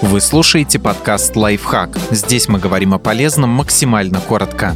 Вы слушаете подкаст «Лайфхак». Здесь мы говорим о полезном максимально коротко.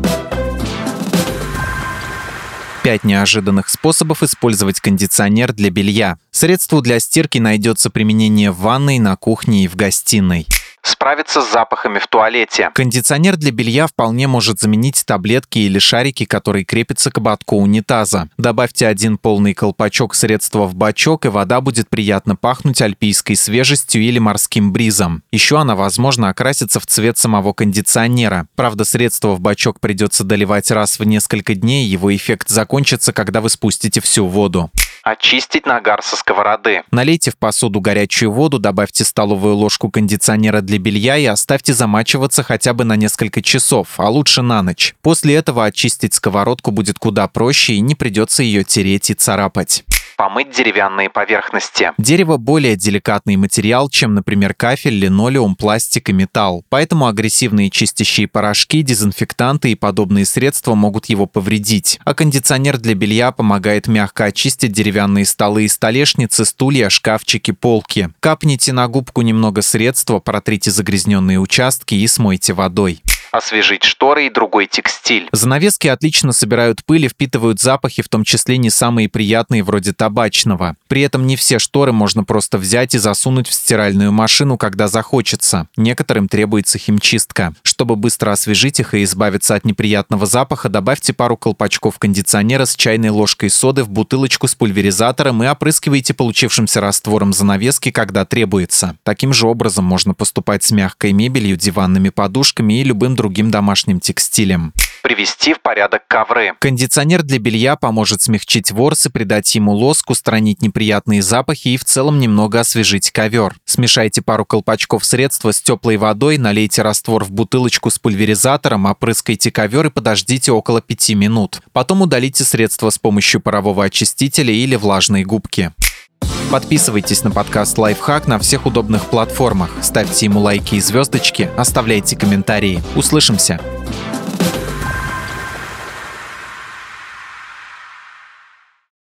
5 неожиданных способов использовать кондиционер для белья. Средству для стирки найдется применение в ванной, на кухне и в гостиной. Справиться с запахами в туалете. Кондиционер для белья вполне может заменить таблетки или шарики, которые крепятся к ободку унитаза. Добавьте один полный колпачок средства в бачок, и вода будет приятно пахнуть альпийской свежестью или морским бризом. Еще она, возможно, окрасится в цвет самого кондиционера. Правда, средство в бачок придется доливать раз в несколько дней, его эффект закончится, когда вы спустите всю воду. Очистить нагар со сковороды. Налейте в посуду горячую воду, добавьте столовую ложку кондиционера для белья и оставьте замачиваться хотя бы на несколько часов, а лучше на ночь. После этого очистить сковородку будет куда проще и не придется ее тереть и царапать. Помыть деревянные поверхности. Дерево более деликатный материал, чем, например, кафель, линолеум, пластик и металл. Поэтому агрессивные чистящие порошки, дезинфектанты и подобные средства могут его повредить. А кондиционер для белья помогает мягко очистить деревянные столы и столешницы, стулья, шкафчики, полки. Капните на губку немного средства, протрите загрязненные участки и смойте водой. Освежить шторы и другой текстиль. Занавески отлично собирают пыль и впитывают запахи, в том числе не самые приятные, вроде табачного. При этом не все шторы можно просто взять и засунуть в стиральную машину, когда захочется. Некоторым требуется химчистка. Чтобы быстро освежить их и избавиться от неприятного запаха, добавьте пару колпачков кондиционера с чайной ложкой соды в бутылочку с пульверизатором и опрыскивайте получившимся раствором занавески, когда требуется. Таким же образом можно поступать с мягкой мебелью, диванными подушками и любым другим домашним текстилем. Привести в порядок ковры. Кондиционер для белья поможет смягчить ворс и придать ему лоск, устранить неприятные запахи и в целом немного освежить ковер. Смешайте пару колпачков средства с теплой водой, налейте раствор в бутылочку с пульверизатором, опрыскайте ковер и подождите около 5 минут. Потом удалите средство с помощью парового очистителя или влажной губки. Подписывайтесь на подкаст «Лайфхак» на всех удобных платформах, ставьте ему лайки и звездочки, оставляйте комментарии. Услышимся!